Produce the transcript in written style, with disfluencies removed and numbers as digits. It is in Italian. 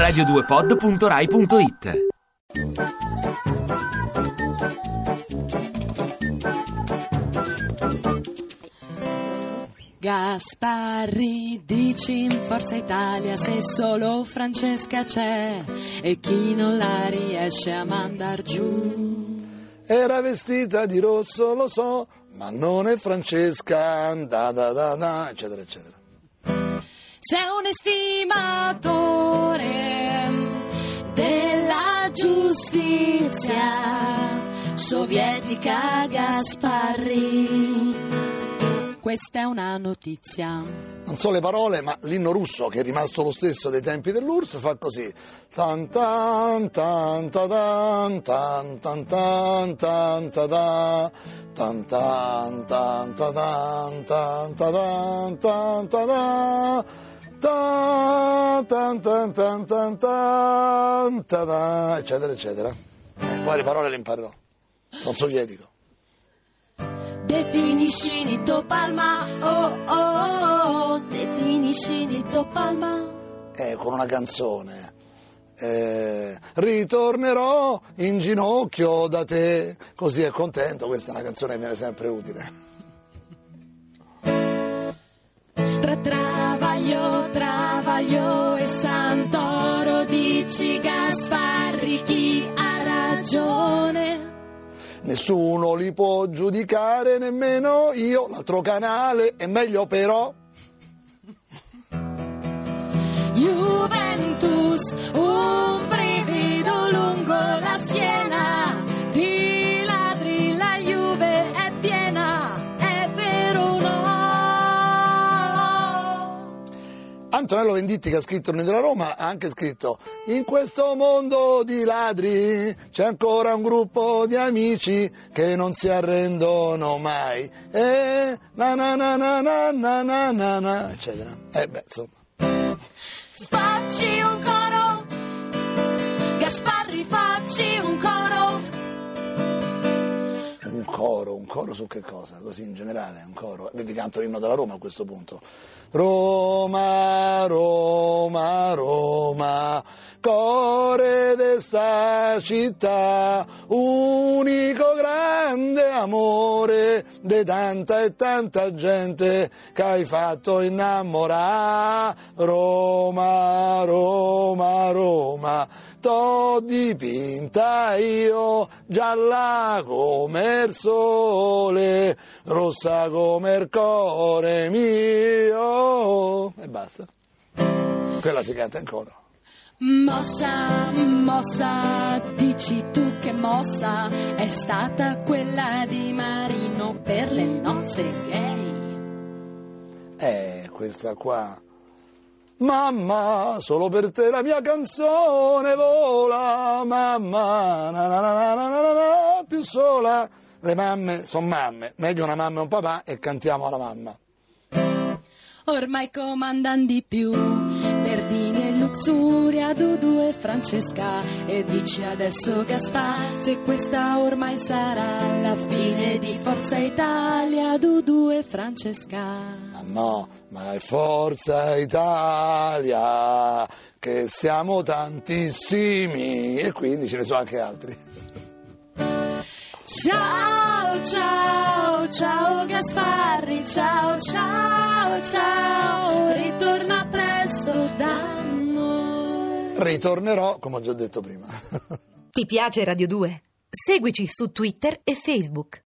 radio2pod.rai.it. Gasparri, dici in Forza Italia se solo Francesca c'è e chi non la riesce a mandar giù. Era vestita di rosso, lo so, ma non è Francesca, eccetera, eccetera. Sei un estimatore della giustizia sovietica, Gasparri. Questa è una notizia. Non so le parole, ma l'inno russo, che è rimasto lo stesso dei tempi dell'URSS, fa così. Tan tan tan ta tan tan tan tan tan ta da tan tan tan ta tan tan ta tan tan ta da tan tan tan tan tan ta da, eccetera, eccetera. Poi le parole le imparerò. Sono sovietico. Definiscini Palma, oh oh oh, definiscini Palma. Con una canzone. Ritornerò in ginocchio da te, così è contento. Questa è una canzone che viene sempre utile. Travaglio e Santoro, dici Gasparri, chi ha ragione? Nessuno li può giudicare, nemmeno io. L'altro canale è meglio però. Juventus, un brivido lungo la schiena, di ladri la Juve è piena, è vero o no? Antonello Venditti, che ha scritto L'Unione della Roma, ha anche scritto: in questo mondo di ladri c'è ancora un gruppo di amici che non si arrendono mai, na na na na na na na na na, eccetera. Insomma. Facci un coro, Gasparri, facci un coro. Un coro su che cosa? Così in generale, un coro. Vi canto l'inno della Roma a questo punto. Roma, Roma, Roma, core d'esta città, unico grande amore de tanta e tanta gente che hai fatto innamorare. Roma, Roma, Roma, t'ho dipinta io, gialla come il sole, rossa come il cuore mio. E basta. Quella si canta in coro. Mossa, mossa, dici tu che mossa è stata quella di Marino per le nozze gay? Questa qua. Mamma, solo per te la mia canzone vola, mamma, na na na na na na na, più sola. Le mamme sono mamme, meglio una mamma e un papà, e cantiamo alla mamma. Ormai comandan di più Verdini e Luxuria, Dudu e Francesca, e dici adesso Gaspar, se questa ormai sarà la fine di Forza Italia, Dudu e Francesca. Ma no, ma è Forza Italia, che siamo tantissimi, e quindi ce ne sono anche altri. Ciao, ciao, ciao Gasparri, ciao, ciao, ciao, ritorna presto da noi. Ritornerò, come ho già detto prima. Ti piace Radio 2? Seguici su Twitter e Facebook.